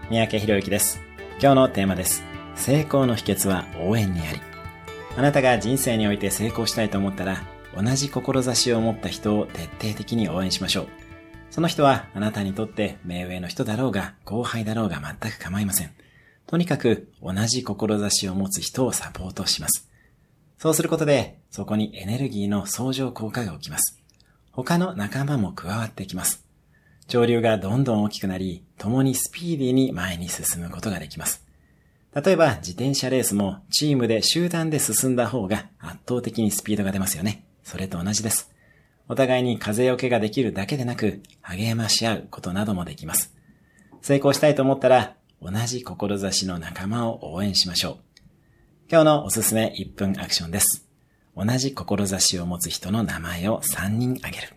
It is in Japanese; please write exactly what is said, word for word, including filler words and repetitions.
三宅博之です。今日のテーマです。成功の秘訣は応援にあり。あなたが人生において成功したいと思ったら、同じ志を持った人を徹底的に応援しましょう。その人はあなたにとって目上の人だろうが後輩だろうが全く構いません。とにかく同じ志を持つ人をサポートします。そうすることで、そこにエネルギーの相乗効果が起きます。他の仲間も加わってきます。潮流がどんどん大きくなり、共にスピーディーに前に進むことができます。例えば自転車レースもチームで集団で進んだ方が圧倒的にスピードが出ますよね。それと同じです。お互いに風よけができるだけでなく、励まし合うことなどもできます。成功したいと思ったら、同じ志の仲間を応援しましょう。今日のおすすめいっぷんアクションです。同じ志を持つ人の名前をさんにん挙げる。